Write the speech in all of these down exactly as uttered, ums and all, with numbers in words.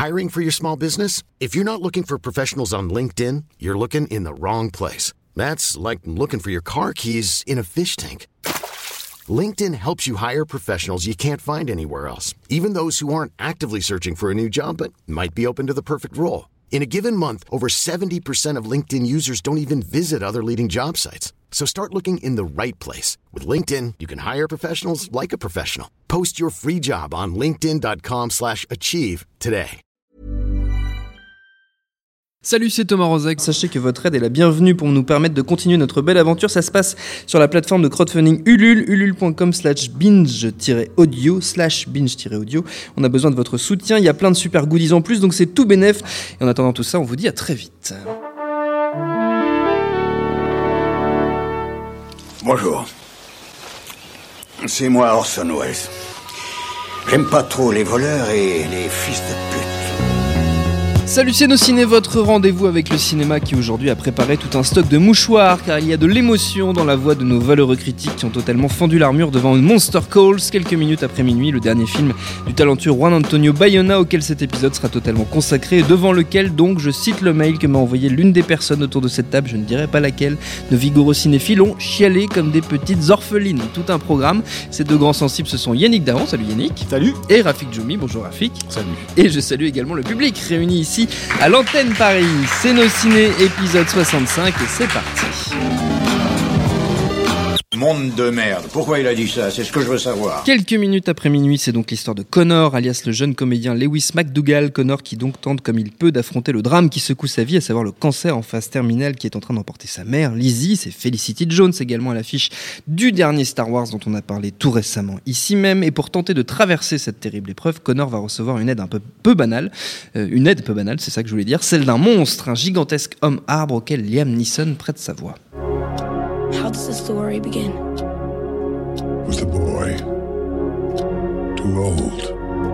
Hiring for your small business? If you're not looking for professionals on LinkedIn, you're looking in the wrong place. That's like looking for your car keys in a fish tank. LinkedIn helps you hire professionals you can't find anywhere else, even those who aren't actively searching for a new job but might be open to the perfect role. In a given month, over seventy percent of LinkedIn users don't even visit other leading job sites. So start looking in the right place. With LinkedIn, you can hire professionals like a professional. Post your free job on linkedin.com slash achieve today. Salut, c'est Thomas Rozek. Sachez que votre aide est la bienvenue pour nous permettre de continuer notre belle aventure. Ça se passe sur la plateforme de crowdfunding Ulule, ulule.com slash binge-audio, slash binge-audio. On a besoin de votre soutien. Il y a plein de super goodies en plus, donc c'est tout bénef. Et en attendant tout ça, on vous dit à très vite. Bonjour. C'est moi Orson Welles. J'aime pas trop les voleurs et les fils de pute. Salut, c'est Nos Ciné, votre rendez-vous avec le cinéma qui aujourd'hui a préparé tout un stock de mouchoirs car il y a de l'émotion dans la voix de nos valeureux critiques qui ont totalement fendu l'armure devant Monster Calls quelques minutes après minuit, le dernier film du talentueux Juan Antonio Bayona auquel cet épisode sera totalement consacré et devant lequel donc, je cite le mail que m'a envoyé l'une des personnes autour de cette table, je ne dirai pas laquelle, nos vigoureux cinéphiles ont chialé comme des petites orphelines. Tout un programme. Ces deux grands sensibles, ce sont Yannick Dahan, salut Yannick. Salut. Et Rafik Djoumi, bonjour Rafik. Salut. Et je salue également le public réuni ici à l'antenne Paris. C'est Nos Ciné, épisode soixante-cinq et c'est parti. Monde de merde. Pourquoi il a dit ça? C'est ce que je veux savoir. Quelques minutes après minuit, c'est donc l'histoire de Connor, alias le jeune comédien Lewis McDougall. Connor qui donc tente comme il peut d'affronter le drame qui secoue sa vie, à savoir le cancer en phase terminale qui est en train d'emporter sa mère, Lizzie. C'est Felicity Jones également à l'affiche du dernier Star Wars dont on a parlé tout récemment ici même. Et pour tenter de traverser cette terrible épreuve, Connor va recevoir une aide un peu, peu banale. Euh, une aide peu banale, c'est ça que je voulais dire. Celle d'un monstre, un gigantesque homme arbre auquel Liam Neeson prête sa voix. How does the story begin? Was the boy too old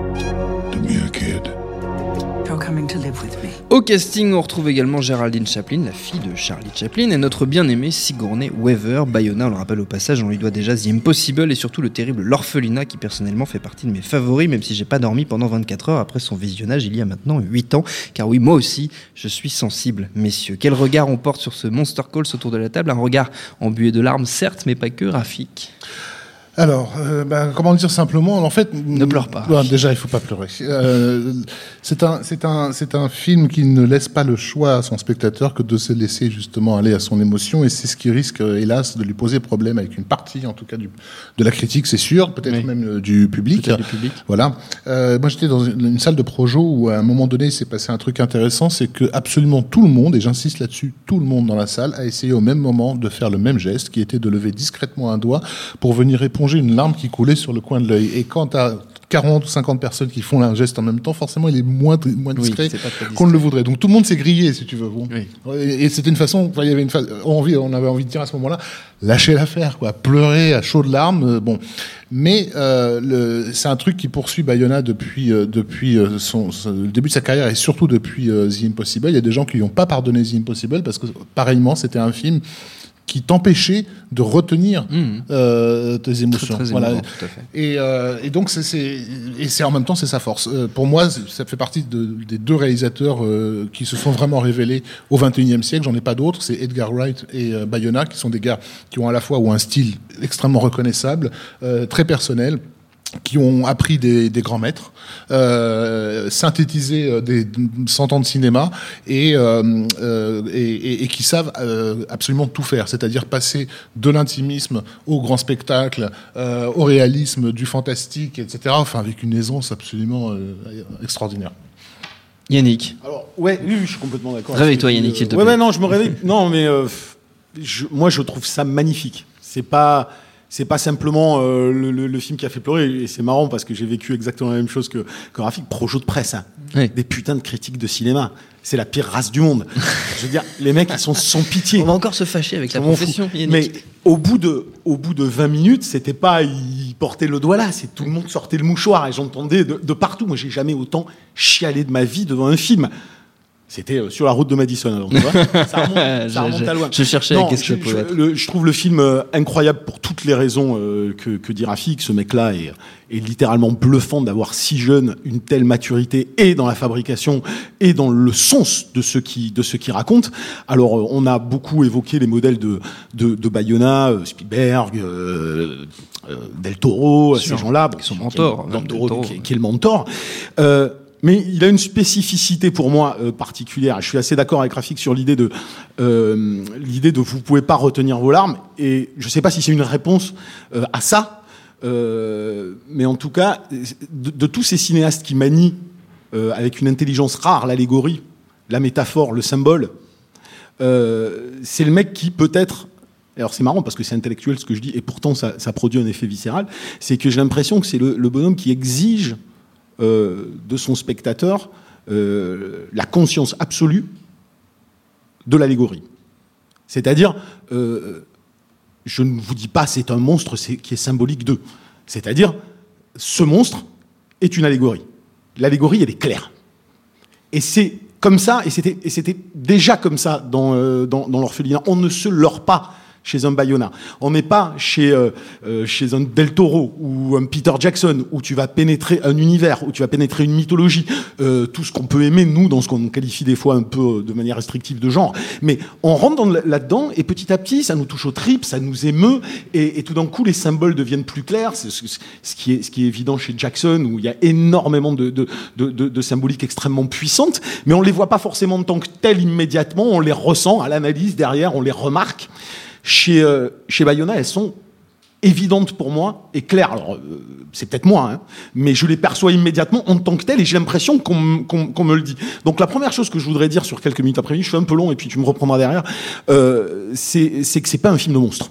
to be a kid? You're coming to live with me. Au casting, on retrouve également Geraldine Chaplin, la fille de Charlie Chaplin, et notre bien-aimé Sigourney Weaver. Bayona, on le rappelle au passage, on lui doit déjà The Impossible et surtout le terrible L'Orphelinat qui personnellement fait partie de mes favoris, même si j'ai pas dormi pendant vingt-quatre heures après son visionnage il y a maintenant huit ans. Car oui, moi aussi, je suis sensible, messieurs. Quel regard on porte sur ce Monster Calls autour de la table? Un regard embué de larmes, certes, mais pas que. Rafik. Alors, euh, bah, comment dire simplement, en fait... Ne pleure pas. Ouais, déjà, il faut pas pleurer. Euh, c'est un, c'est un, c'est un film qui ne laisse pas le choix à son spectateur que de se laisser justement aller à son émotion, et c'est ce qui risque, hélas, de lui poser problème avec une partie, en tout cas, du, de la critique, c'est sûr, peut-être oui. même euh, du public. Peut-être du public. Voilà. Euh, moi, j'étais dans une, une salle de projo où, à un moment donné, il s'est passé un truc intéressant, c'est que absolument tout le monde, et j'insiste là-dessus, tout le monde dans la salle a essayé au même moment de faire le même geste, qui était de lever discrètement un doigt pour venir éponger une larme qui coulait sur le coin de l'œil. Et quand t'as quarante ou cinquante personnes qui font un geste en même temps, forcément, il est moins, moins discret, oui, qu'on ne le voudrait. Donc tout le monde s'est grillé, si tu veux. Bon. Oui. Et, et c'était une façon, il y avait une fa- envie, on avait envie de dire à ce moment-là, lâcher l'affaire, quoi, pleurer à chaudes larmes. Euh, bon, mais euh, le, c'est un truc qui poursuit Bayona depuis euh, depuis euh, son, son, le début de sa carrière et surtout depuis euh, The Impossible. Il y a des gens qui lui ont pas pardonné The Impossible parce que pareillement, c'était un film qui t'empêchait de retenir mmh. euh, tes émotions. Très, très voilà. émouvant, tout à fait. Et, euh, et donc, c'est, c'est, et c'est en même temps, c'est sa force. Euh, pour moi, ça fait partie de, des deux réalisateurs euh, qui se sont vraiment révélés au vingt et unième siècle. J'en ai pas d'autres. C'est Edgar Wright et euh, Bayona, qui sont des gars qui ont à la fois ou un style extrêmement reconnaissable, euh, très personnel, qui ont appris des, des grands maîtres, euh, synthétisé euh, des cent ans de cinéma et, euh, euh, et, et, et qui savent euh, absolument tout faire, c'est-à-dire passer de l'intimisme au grand spectacle, euh, au réalisme, du fantastique, et cetera. Enfin, avec une aisance absolument euh, extraordinaire. Yannick. Alors, ouais, oui, oui, je suis complètement d'accord. Réveille-toi, Yannick, s'il te plaît. Ouais, ouais, non, je me réveille. Non, mais euh, je, moi, je trouve ça magnifique. C'est pas. C'est pas simplement euh, le, le, le film qui a fait pleurer, et c'est marrant parce que j'ai vécu exactement la même chose que, que Rafik. Projo de presse, hein. Oui. Des putains de critiques de cinéma. C'est la pire race du monde. Je veux dire, les mecs, ils sont sans pitié. On va encore se fâcher avec la profession. Mais au bout de, au bout de vingt minutes, c'était pas ils portaient le doigt là, c'est tout le monde sortait le mouchoir et j'entendais de, de partout. Moi, j'ai jamais autant chialé de ma vie devant un film. C'était euh, sur la route de Madison. Alors, tu vois, ça remonte, ça remonte à loin. Je cherchais Non, qu'est-ce que je, ça pouvait je, être. le, je trouve le film euh, incroyable pour toutes les raisons euh, que, que dit Rafik. Ce mec-là est, est littéralement bluffant d'avoir si jeune une telle maturité et dans la fabrication et dans le sens de ce qui de ce qu'il raconte. Alors euh, on a beaucoup évoqué les modèles de de, de Bayona, euh, Spielberg, euh, euh, Del Toro, Sûr, ces gens-là, qui sont qui- mentors, qui- hein, Del Del Toro, Toro. qui, est- qui est le mentor. Euh, mais il a une spécificité pour moi euh, particulière. Je suis assez d'accord avec Rafik sur l'idée de euh, l'idée de vous pouvez pas retenir vos larmes. Et je sais pas si c'est une réponse euh, à ça, euh, mais en tout cas, de, de tous ces cinéastes qui manient euh, avec une intelligence rare l'allégorie, la métaphore, le symbole, euh, c'est le mec qui peut-être. Alors c'est marrant parce que c'est intellectuel ce que je dis et pourtant ça, ça produit un effet viscéral. C'est que j'ai l'impression que c'est le, le bonhomme qui exige Euh, de son spectateur euh, la conscience absolue de l'allégorie. C'est-à-dire, euh, je ne vous dis pas c'est un monstre c'est, qui est symbolique d'eux. C'est-à-dire, ce monstre est une allégorie. L'allégorie, elle est claire. Et c'est comme ça, et c'était, et c'était déjà comme ça dans, euh, dans, dans l'orphelinat. On ne se leurre pas chez un Bayona. On n'est pas chez, euh, euh, chez un Del Toro ou un Peter Jackson où tu vas pénétrer un univers, où tu vas pénétrer une mythologie, euh, tout ce qu'on peut aimer, nous, dans ce qu'on qualifie des fois un peu de manière restrictive de genre. Mais on rentre dans le- là-dedans et petit à petit, ça nous touche aux tripes, ça nous émeut et, et tout d'un coup, les symboles deviennent plus clairs. C'est ce, ce, qui est, ce qui est évident chez Jackson où il y a énormément de, de, de, de, de symboliques extrêmement puissantes, mais on les voit pas forcément en tant que telles immédiatement, on les ressent à l'analyse derrière, on les remarque. Chez, euh, chez Bayona, elles sont évidentes pour moi et claires. Alors, euh, c'est peut-être moi, hein, mais je les perçois immédiatement en tant que telles et j'ai l'impression qu'on, m- qu'on, qu'on me le dit. Donc, la première chose que je voudrais dire sur quelques minutes après-midi, je fais un peu long et puis tu me reprendras derrière, euh, c'est, c'est que c'est pas un film de monstre.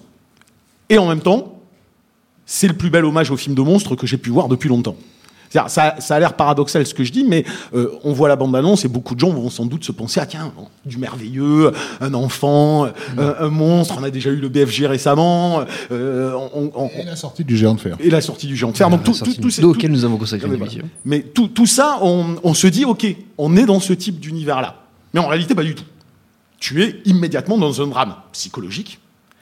Et en même temps, c'est le plus bel hommage au film de monstre que j'ai pu voir depuis longtemps. C'est-à-dire, ça, ça a l'air paradoxal ce que je dis, mais euh, on voit la bande-annonce et beaucoup de gens vont sans doute se penser ah tiens, du merveilleux, un enfant, mmh. un, un monstre. On a déjà eu le B F G récemment. Euh, on, on, Et la sortie du Géant de Fer. Et la sortie du Géant de Fer. Ah, Donc tout, sortie tout, tout, du- c'est- auquel tout- nous avons consacré mais, une voilà. émission. mais tout, tout ça, on, on se dit ok, on est dans ce type d'univers-là. Mais en réalité, pas du tout. Tu es immédiatement dans un drame psychologique,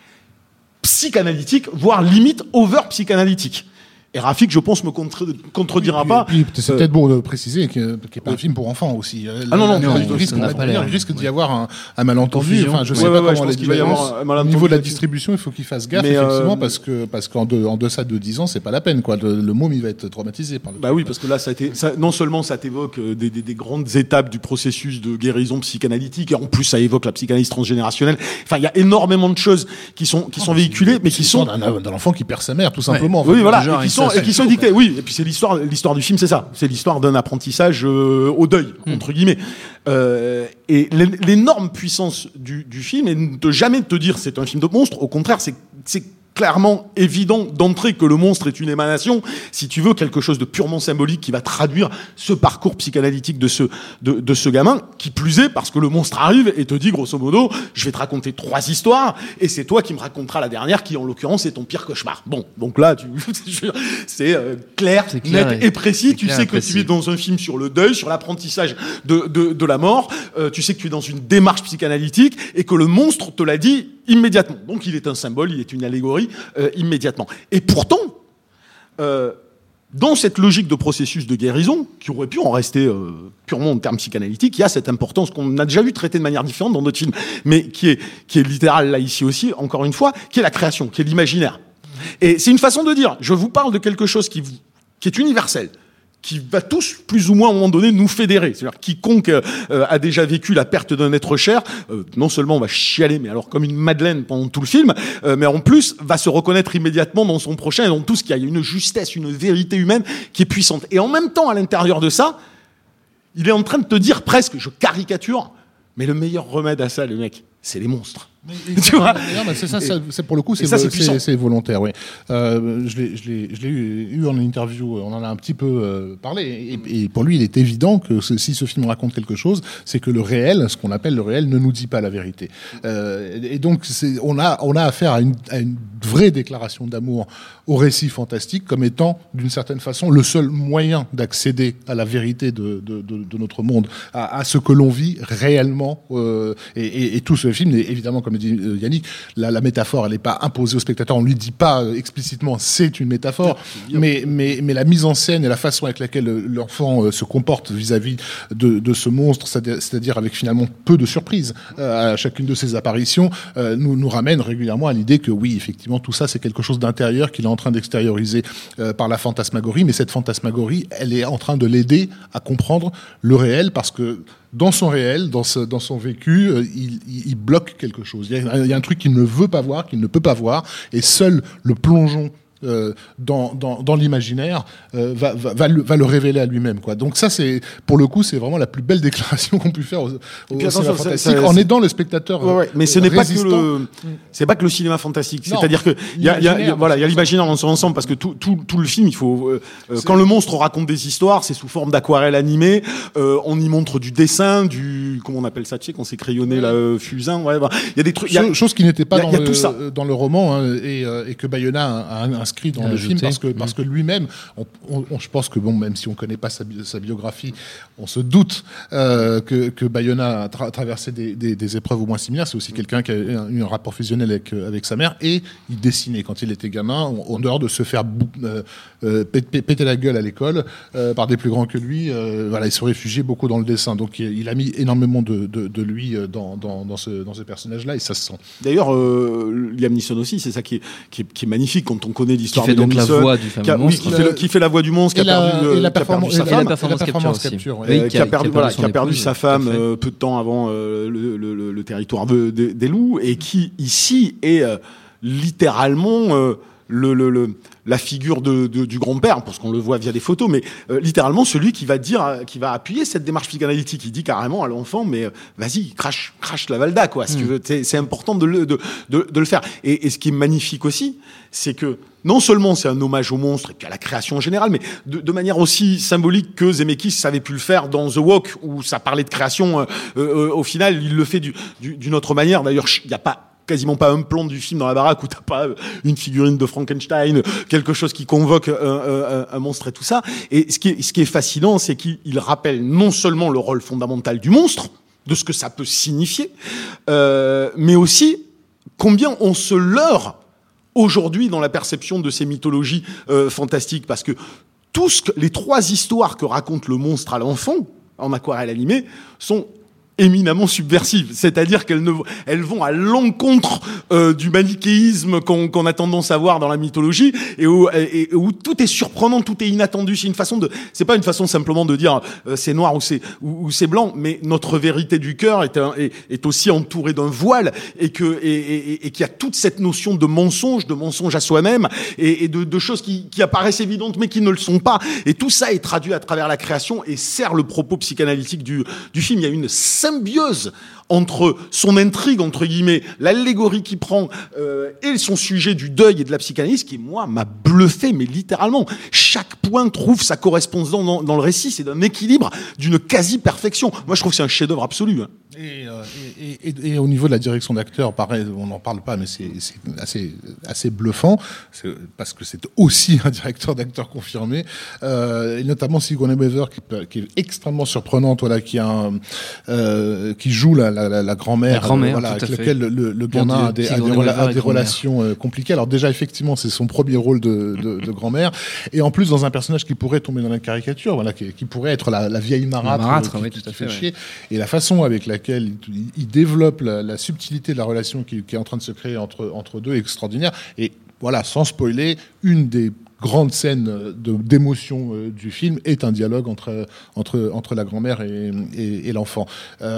psychanalytique, voire limite over-psychanalytique. Et Rafik, je pense, me contre- contredira Puis- pas. puis c'est Euh, peut-être bon de préciser qu'il n'est pas oui. un film pour enfants aussi. Ah non, non, il non, risque, ça risque, n'a pas l'air. il risque d'y avoir un, un malentendu. Confusion. Enfin, je Ouais, sais ouais, pas ouais, je comment pense les qu'il va y avoir un Au malentendu niveau de la là-dessus. distribution, il faut qu'il fasse gaffe, Mais, effectivement, euh, parce que parce qu'en de- en deçà de dix ans, c'est pas la peine, quoi. Le, le môme, il va être traumatisé par le. Bah oui, parce que là, ça a été, ça, non seulement ça t'évoque euh, des, des, des grandes étapes du processus de guérison psychanalytique, et en plus ça évoque la psychanalyse transgénérationnelle. Enfin, il y a énormément de choses qui sont qui sont véhiculées, mais qui sont d'un, d'un enfant qui perd sa mère, tout simplement. oui, Enfin, voilà, genre, et qui et sont, ça, et qui c'est sont chaud, dictés. Oui, et puis c'est l'histoire, l'histoire du film, c'est ça. C'est l'histoire d'un apprentissage euh, au deuil, entre guillemets. Euh, et l'é- l'énorme puissance du, du film est de jamais te dire c'est un film de monstre. Au contraire, c'est, c'est clairement évident d'entrée que le monstre est une émanation, si tu veux, quelque chose de purement symbolique qui va traduire ce parcours psychanalytique de ce, de, de ce gamin, qui plus est parce que le monstre arrive et te dit, grosso modo, je vais te raconter trois histoires, et c'est toi qui me raconteras la dernière, qui en l'occurrence est ton pire cauchemar. Bon, donc là, tu, c'est euh, clair, C'est clair net et- et précis, c'est tu clair sais et que précis. tu es dans un film sur le deuil, sur l'apprentissage de, de, de la mort, euh, tu sais que tu es dans une démarche psychanalytique, et que le monstre te l'a dit immédiatement. Donc il est un symbole, il est une allégorie, euh, immédiatement. Et pourtant, euh, dans cette logique de processus de guérison, qui aurait pu en rester euh, purement en termes psychanalytiques, il y a cette importance qu'on a déjà vu traiter de manière différente dans d'autres films, mais qui est, qui est littérale là ici aussi, encore une fois, qui est la création, qui est l'imaginaire. Et c'est une façon de dire, je vous parle de quelque chose qui, vous- qui est universel, qui va tous, plus ou moins, à un moment donné, nous fédérer. C'est-à-dire, quiconque euh, a déjà vécu la perte d'un être cher, euh, non seulement va chialer, mais alors comme une madeleine pendant tout le film, euh, mais en plus, va se reconnaître immédiatement dans son prochain, et dans tout ce qu'il y a. Il y a une justesse, une vérité humaine qui est puissante. Et en même temps, à l'intérieur de ça, il est en train de te dire presque, je caricature, mais le meilleur remède à ça, le mec, c'est les monstres. Mais, tu vois non, mais c'est ça, ça, c'est pour le coup, c'est, ça, c'est, c'est, c'est volontaire, oui. Euh, je l'ai, je l'ai, je l'ai eu, eu en interview, on en a un petit peu euh, parlé, et, et pour lui, il est évident que ce, si ce film raconte quelque chose, c'est que le réel, ce qu'on appelle le réel, ne nous dit pas la vérité. Euh, et donc, c'est, on a, on a affaire à une, à une vraie déclaration d'amour au récit fantastique comme étant, d'une certaine façon, le seul moyen d'accéder à la vérité de, de, de, de notre monde, à, à ce que l'on vit réellement. Euh, et, et, et tout ce film, est, évidemment, comme dit Yannick, la, la métaphore, elle n'est pas imposée au spectateur. On lui dit pas euh, explicitement c'est une métaphore, non, mais, mais, mais la mise en scène et la façon avec laquelle l'enfant euh, se comporte vis-à-vis de, de ce monstre, c'est-à-dire, c'est-à-dire avec finalement peu de surprises euh, à chacune de ses apparitions, euh, nous, nous ramène régulièrement à l'idée que oui, effectivement, tout ça, c'est quelque chose d'intérieur qu'il est en train d'extérioriser euh, par la fantasmagorie, mais cette fantasmagorie, elle est en train de l'aider à comprendre le réel, parce que dans son réel, dans, ce, dans son vécu, euh, il, il, il bloque quelque chose. Il y, a, il y a un truc qu'il ne veut pas voir, qu'il ne peut pas voir, et seul le plongeon Euh, dans, dans, dans l'imaginaire euh, va, va, va, le, va le révéler à lui-même, quoi. Donc ça, c'est, pour le coup, c'est vraiment la plus belle déclaration qu'on puisse faire au, au cinéma ça, fantastique, ça, ça, en aidant le spectateur. Ouais, ouais. Mais ce n'est pas que le, c'est pas que le cinéma fantastique. Non, c'est-à-dire que il y a, y a, y a, voilà, il y a l'imaginaire dans son ensemble, parce que tout, tout, tout le film, il faut euh, quand le monstre raconte des histoires, c'est sous forme d'aquarelle animée. Euh, on y montre du dessin, du comment on appelle ça, tu sais, quand c'est crayonné, là, euh, fusain. Ouais, bah, il y a des trucs. Chose, chose qui n'était pas y a, dans, y a le, dans le roman, hein, et, euh, et que Bayona a, a inscrit dans le film, parce que, parce que lui-même, on, on, on, je pense que bon, même si on connaît pas sa, sa biographie, on se doute euh, que, que Bayona a tra- traversé des, des, des épreuves au moins similaires. C'est aussi quelqu'un qui a eu un rapport fusionnel avec, avec sa mère, et il dessinait quand il était gamin, en, en dehors de se faire bou- euh, euh, péter, péter la gueule à l'école euh, par des plus grands que lui. Euh, voilà, il se réfugiait beaucoup dans le dessin, donc il, il a mis énormément de, de, de lui dans, dans, dans ce, dans ce personnage-là, et ça se sent. D'ailleurs, euh, Liam Neeson aussi, c'est ça qui est, qui est, qui est magnifique quand on connaît l'histoire. Donc la voix du fameux qui a, monstre, oui, qui, fait le, qui fait la voix du monstre, qui a perdu, la, euh, la qui a perdu sa et femme, la performance, la performance capture, capture oui, qui, a, qui a perdu, voilà, qui a perdu épouse, sa femme euh, peu de temps avant euh, le, le, le, le territoire de, de, des loups, et qui ici est euh, littéralement euh, le, le, le, la figure de, de, du grand-père, parce qu'on le voit via des photos, mais euh, littéralement celui qui va dire, qui va appuyer cette démarche psychanalytique. Il dit carrément à l'enfant, mais euh, vas-y, crache, crache la Valda, quoi, si mmh. tu veux. C'est, c'est important de le, de, de, de le faire. Et, et ce qui est magnifique aussi, c'est que non seulement c'est un hommage au monstre et puis à la création en général, mais de, de manière aussi symbolique que Zemeckis avait pu le faire dans The Walk, où ça parlait de création. Euh, euh, au final, il le fait du, du, d'une autre manière. D'ailleurs, il n'y a pas quasiment pas un plan du film dans la baraque où t'as pas une figurine de Frankenstein, quelque chose qui convoque un, un, un monstre et tout ça. Et ce qui est, ce qui est fascinant, c'est qu'il rappelle non seulement le rôle fondamental du monstre, de ce que ça peut signifier, euh, mais aussi combien on se leurre aujourd'hui dans la perception de ces mythologies euh, fantastiques, parce que tout ce que, les trois histoires que raconte le monstre à l'enfant en aquarelle animée sont éminemment subversives, c'est-à-dire qu'elles ne, elles vont à l'encontre euh, du manichéisme qu'on, qu'on a tendance à voir dans la mythologie, et où, et, et où tout est surprenant, tout est inattendu. C'est une façon de, c'est pas une façon simplement de dire euh, c'est noir ou c'est ou, ou c'est blanc, mais notre vérité du cœur est, un, est, est aussi entourée d'un voile, et que et, et, et qu'il y a toute cette notion de mensonge, de mensonge à soi-même, et, et de, de choses qui, qui apparaissent évidentes mais qui ne le sont pas. Et tout ça est traduit à travers la création et sert le propos psychanalytique du, du film. Il y a une symbiose entre son intrigue, entre guillemets, l'allégorie qu'il prend euh, et son sujet du deuil et de la psychanalyse qui, moi, m'a bluffé, mais littéralement. Chaque point trouve sa correspondance dans, dans le récit. C'est d'un équilibre, d'une quasi-perfection. Moi, je trouve que c'est un chef-d'œuvre absolu. Hein. Et, euh, et, et, et au niveau de la direction d'acteur, pareil, on n'en parle pas, mais c'est, c'est assez, assez bluffant, c'est parce que c'est aussi un directeur d'acteur confirmé, euh, et notamment Sigourney Weaver, qui, qui est extrêmement surprenante, voilà, qui, a un, euh, qui joue la, la, la grand-mère, la grand-mère euh, voilà, avec laquelle le, le Dieu, gamin a des, a des, rela- a des relations euh, compliquées. Alors déjà, effectivement, c'est son premier rôle de, de, de grand-mère, et en plus dans un personnage qui pourrait tomber dans la caricature, voilà, qui, qui pourrait être la, la vieille marâtre, la marâtre euh, qui, oui, qui, tout à qui fait, fait ouais. chier, et la façon avec laquelle il, il développe la, la subtilité de la relation qui, qui est en train de se créer entre, entre deux est extraordinaire. Et voilà, sans spoiler, une des grandes scènes de, d'émotion euh, du film est un dialogue entre, entre, entre la grand-mère et, et, et l'enfant.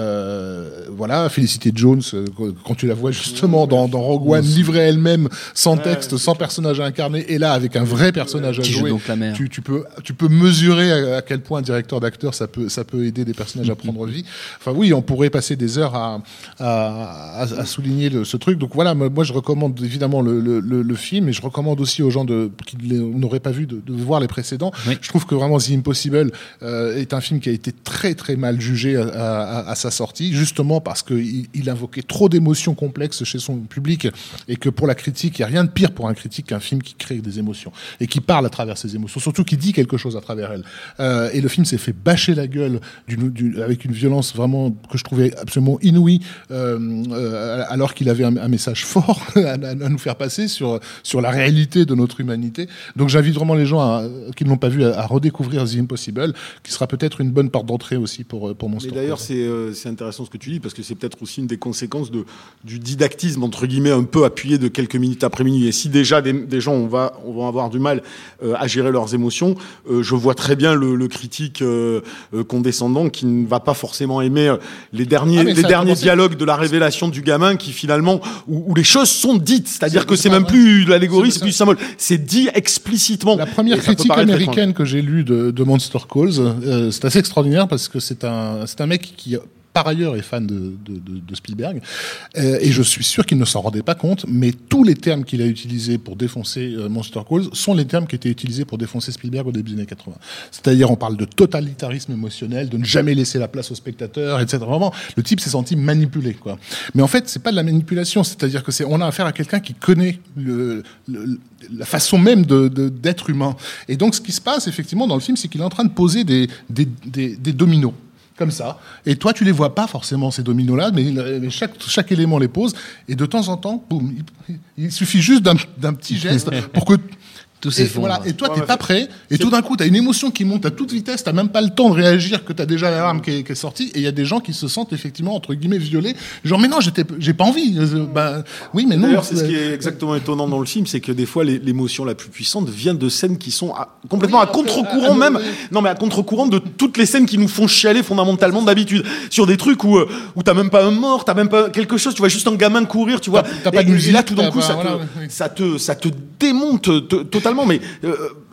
Euh, voilà, Felicity Jones, euh, quand tu la vois justement dans, dans Rogue One, livrée elle-même, sans texte, sans personnage à incarner, et là avec un vrai personnage à Qui joue jouer, donc la mère. tu, tu, peux, tu peux mesurer à, à quel point un directeur d'acteur, ça peut, ça peut aider des personnages à prendre vie. Enfin oui, on pourrait passer des heures à, à, à, à souligner le, ce truc. Donc voilà, moi je recommande évidemment le, le, le, le film, et je recommande aussi aux gens de, qui n'auraient pas vu de, de voir les précédents. Oui. Je trouve que vraiment The Impossible euh, est un film qui a été très très mal jugé à, à, à sa sortie, justement parce qu'il il invoquait trop d'émotions complexes chez son public, et que pour la critique, il n'y a rien de pire pour un critique qu'un film qui crée des émotions et qui parle à travers ses émotions, surtout qui dit quelque chose à travers elles. Euh, et le film s'est fait bâcher la gueule d'une, d'une, avec une violence vraiment que je trouvais absolument inouïe, euh, euh, alors qu'il avait un, un message fort à, à nous faire passer sur, sur la réalité de notre humanité. Donc j'invite vraiment les gens à, qui ne l'ont pas vu à, à redécouvrir The Impossible, qui sera peut-être une bonne porte d'entrée aussi pour, pour Monster. Mais d'ailleurs, c'est, euh, c'est intéressant ce que tu dis, parce que c'est peut-être aussi une des conséquences de, du didactisme, entre guillemets, un peu appuyé de quelques minutes après minuit. Et si déjà des, des gens on va, on va avoir du mal euh, à gérer leurs émotions, euh, je vois très bien le, le critique euh, euh, condescendant qui ne va pas forcément aimer euh, les derniers, ah, les derniers dialogues de la révélation du gamin, qui finalement, où, où les choses sont dites. C'est-à-dire c'est, que c'est, c'est même vrai. Plus l'allégorie, c'est, c'est plus symbole. C'est dit explicitement. La première critique américaine que j'ai lue de, de Monster Calls, euh, c'est assez extraordinaire parce que c'est un, c'est un mec qui, par ailleurs, est fan de, de, de, de Spielberg, euh, et je suis sûr qu'il ne s'en rendait pas compte, mais tous les termes qu'il a utilisés pour défoncer euh, Monster Calls sont les termes qui étaient utilisés pour défoncer Spielberg au début des années quatre-vingts. C'est-à-dire, on parle de totalitarisme émotionnel, de ne jamais laisser la place au spectateur, et cetera. Vraiment, le type s'est senti manipulé, quoi. Mais en fait, c'est pas de la manipulation, c'est-à-dire que c'est, on a affaire à quelqu'un qui connaît le, le, la façon même de, de, d'être humain. Et donc, ce qui se passe, effectivement, dans le film, c'est qu'il est en train de poser des, des, des, des dominos. Comme ça. Et toi, tu les vois pas forcément, ces dominos-là, mais, mais chaque, chaque élément les pose. Et de temps en temps, boum, il, il suffit juste d'un, d'un petit geste pour que... Tout et, voilà. Et toi, ouais, t'es pas prêt. Et tout d'un coup, t'as une émotion qui monte à toute vitesse. T'as même pas le temps de réagir que t'as déjà l'alarme qui est, qui est sortie. Et il y a des gens qui se sentent effectivement, entre guillemets, violés. Genre, mais non, j'étais, j'ai pas envie. Ben, oui, mais non. D'ailleurs, c'est ce qui est exactement étonnant dans le film, c'est que des fois, les, l'émotion la plus puissante vient de scènes qui sont à, complètement oui, à contre-courant à, à, même. À, non, mais à contre-courant de toutes les scènes qui nous font chialer fondamentalement d'habitude. Sur des trucs où, où t'as même pas un mort, t'as même pas quelque chose, tu vois juste un gamin courir, tu vois. T'as, t'as pas de musique. Et là, tout d'un coup, bah, ça, voilà, te, oui. ça te, ça te démonte t- totalement. Mais, euh,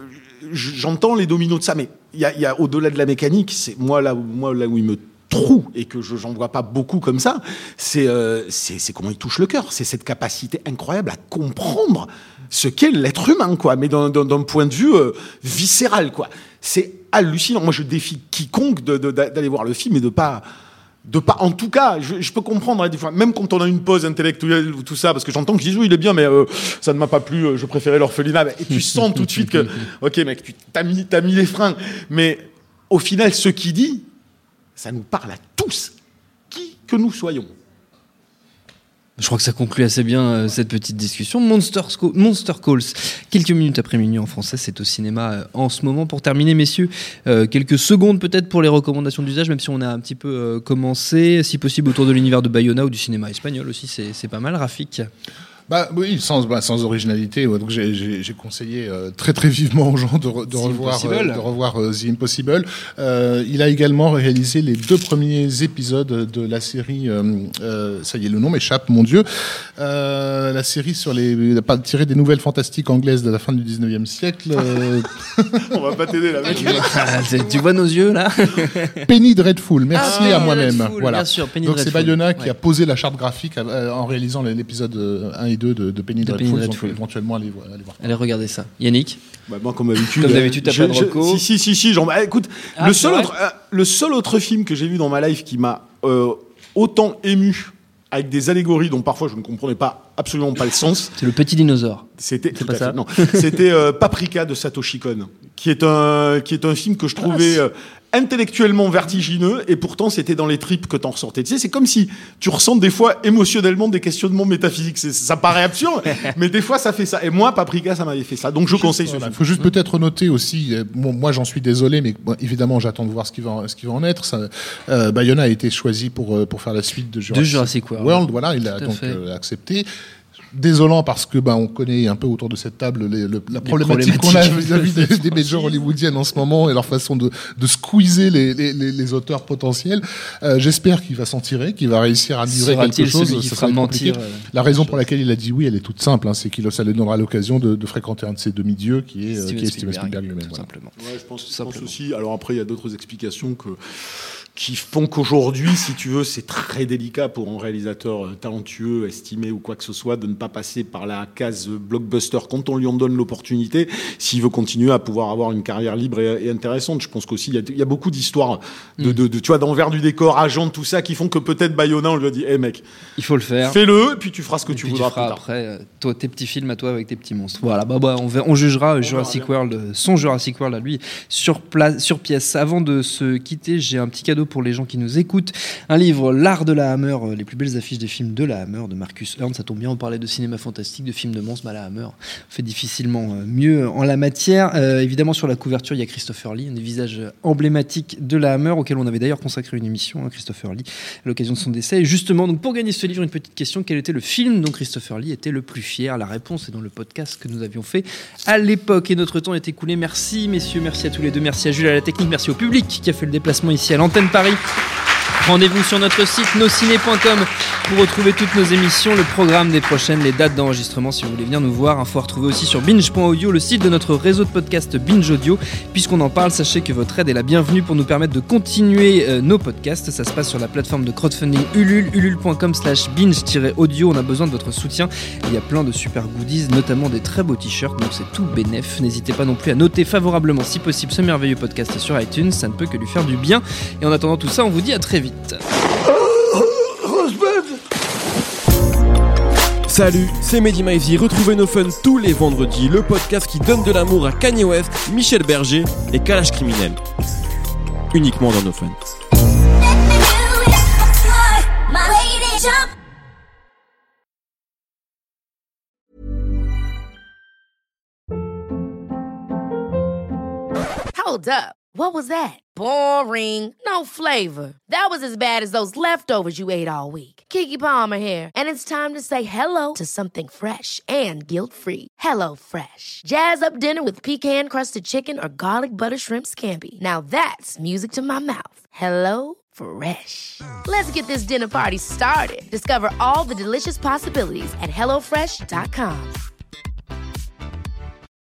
j'entends les dominos de ça, mais il y a, y a au-delà de la mécanique, c'est moi là où, moi, là où il me troue et que je, j'en vois pas beaucoup comme ça, c'est, euh, c'est, c'est comment il touche le cœur. C'est cette capacité incroyable à comprendre ce qu'est l'être humain, quoi, mais d'un, d'un, d'un point de vue euh, viscéral, quoi. C'est hallucinant. Moi, je défie quiconque de, de, d'aller voir le film et de pas... De pas, en tout cas, je, je peux comprendre, hein, des fois, même quand on a une pause intellectuelle ou tout ça, parce que j'entends que je dis oui, il est bien, mais euh, ça ne m'a pas plu, euh, je préférais l'orphelinat. Et tu sens tout de suite que, ok, mec, tu t'as mis, t'as mis les freins. Mais au final, ce qu'il dit, ça nous parle à tous, qui que nous soyons. Je crois que ça conclut assez bien euh, cette petite discussion. Monster, Sco- Monster Calls, quelques minutes après minuit en français, c'est au cinéma euh, en ce moment. Pour terminer, messieurs, euh, quelques secondes peut-être pour les recommandations d'usage, même si on a un petit peu euh, commencé, si possible autour de l'univers de Bayona ou du cinéma espagnol aussi, c'est, c'est pas mal. Rafik ? Bah oui, sans, bah, sans originalité. Ouais, donc j'ai, j'ai, j'ai conseillé euh, très très vivement aux gens de, re, de revoir, euh, de revoir euh, The Impossible. Euh, il a également réalisé les deux premiers épisodes de la série. Euh, euh, ça y est, le nom m'échappe, mon Dieu. Euh, la série sur les tirée des nouvelles fantastiques anglaises de la fin du dix-neuvième siècle. Euh... On va pas t'aider là, mec. Tu vois nos yeux là. Penny Dreadful. Merci ah, à moi-même. Dreadful, voilà. Bien sûr, Penny donc Dreadful. c'est Bayona qui ouais. a posé la charte graphique euh, en réalisant l'épisode un et deux de, de Penny de Dreadful. Donc éventuellement aller, aller voir. Allez regarder ça. Yannick. Bah, moi, comme d'habitude. Comme d'habitude, t'as je, pas de reco. Si, si, si, si. Genre, bah, écoute, ah, le, seul autre, euh, le seul autre film que j'ai vu dans ma life qui m'a euh, autant ému, avec des allégories dont parfois je ne comprenais pas, absolument pas le sens. C'est Le Petit Dinosaure. C'était, c'est pas ça. Fait, non. C'était euh, Paprika de Satoshi Kon, qui est un, qui est un film que je trouvais euh, intellectuellement vertigineux, et pourtant c'était dans les tripes que t'en ressortais. Tu sais, c'est comme si tu ressens des fois émotionnellement des questionnements métaphysiques. C'est, ça paraît absurde, mais des fois ça fait ça. Et moi, Paprika, ça m'avait fait ça. Donc je juste, conseille voilà, ce film. Il faut juste peut-être noter aussi, bon, moi j'en suis désolé, mais bon, évidemment j'attends de voir ce qui va, ce qui va en être. Ça, euh, Bayona a été choisi pour, pour faire la suite de Jurassic, de Jurassic World. World. Voilà, il a donc euh, accepté. désolant parce que ben on connaît un peu autour de cette table les, le, la problématique qu'on a vis-à-vis des, des majors hollywoodiennes en ce moment et leur façon de, de squeezer les, les, les, les auteurs potentiels. Euh, j'espère qu'il va s'en tirer, qu'il va réussir à livrer quelque chose. Qui fera mentir, euh, la raison pour laquelle il a dit oui, elle est toute simple, hein, c'est qu'il ça lui donnera l'occasion de, de fréquenter un de ses demi-dieux qui est Steven, qui est Steven Spielberg, Spielberg lui-même. Tout voilà. simplement. Ouais, je pense, je pense aussi. Alors après, il y a d'autres explications que qui font qu'aujourd'hui, si tu veux, c'est très délicat pour un réalisateur talentueux, estimé ou quoi que ce soit, de ne pas passer par la case blockbuster quand on lui en donne l'opportunité, s'il veut continuer à pouvoir avoir une carrière libre et, et intéressante. Je pense qu'aussi, il y a, il y a beaucoup d'histoires de, de, de, tu vois, d'envers du décor, agents, tout ça, qui font que peut-être Bayona, on lui a dit, hé hey, mec, il faut le faire. Fais-le, et puis tu feras ce que et tu voudras tu feras plus tard. après, euh, toi, tes petits films à toi avec tes petits monstres. Voilà, bah, bah, on, on jugera on Jurassic World, son Jurassic World à lui, sur, place, sur pièce. Avant de se quitter, j'ai un petit cadeau pour les gens qui nous écoutent. Écoute, un livre, L'art de la Hammer, les plus belles affiches des films de la Hammer, de Marcus Hearn. Ça tombe bien, on parlait de cinéma fantastique, de films de monstres, mais la Hammer fait difficilement mieux en la matière. Euh, évidemment, sur la couverture, il y a Christopher Lee, un des visages emblématiques de la Hammer, auquel on avait d'ailleurs consacré une émission, hein, Christopher Lee, à l'occasion de son décès. Et justement, donc, pour gagner ce livre, une petite question, quel était le film dont Christopher Lee était le plus fier? La réponse est dans le podcast que nous avions fait à l'époque. Et notre temps est écoulé. Merci, messieurs, merci à tous les deux. Merci à Jules, à la technique, merci au public qui a fait le déplacement ici à l'antenne Paris. Rendez-vous sur notre site nosciné point com pour retrouver toutes nos émissions, le programme des prochaines, les dates d'enregistrement si vous voulez venir nous voir. Info à retrouver aussi sur binge point audio, le site de notre réseau de podcast Binge Audio. Puisqu'on en parle, sachez que votre aide est la bienvenue pour nous permettre de continuer euh, nos podcasts. Ça se passe sur la plateforme de crowdfunding Ulule, ulule point com slash binge audio. On a besoin de votre soutien. Il y a plein de super goodies, notamment des très beaux t-shirts, donc c'est tout bénef. N'hésitez pas non plus à noter favorablement, si possible, ce merveilleux podcast sur iTunes. Ça ne peut que lui faire du bien. Et en attendant tout ça, on vous dit à très vite. Salut, c'est Mehdi Maizy. Retrouvez nos fun tous les vendredis, le podcast qui donne de l'amour à Kanye West, Michel Berger et Kalash Criminel. Uniquement dans nos fun. Hold up. What was that? Boring. No flavor. That was as bad as those leftovers you ate all week. Keke Palmer here, and it's time to say hello to something fresh and guilt-free. Hello Fresh. Jazz up dinner with pecan-crusted chicken or garlic butter shrimp scampi. Now that's music to my mouth. Hello Fresh. Let's get this dinner party started. Discover all the delicious possibilities at hello fresh dot com.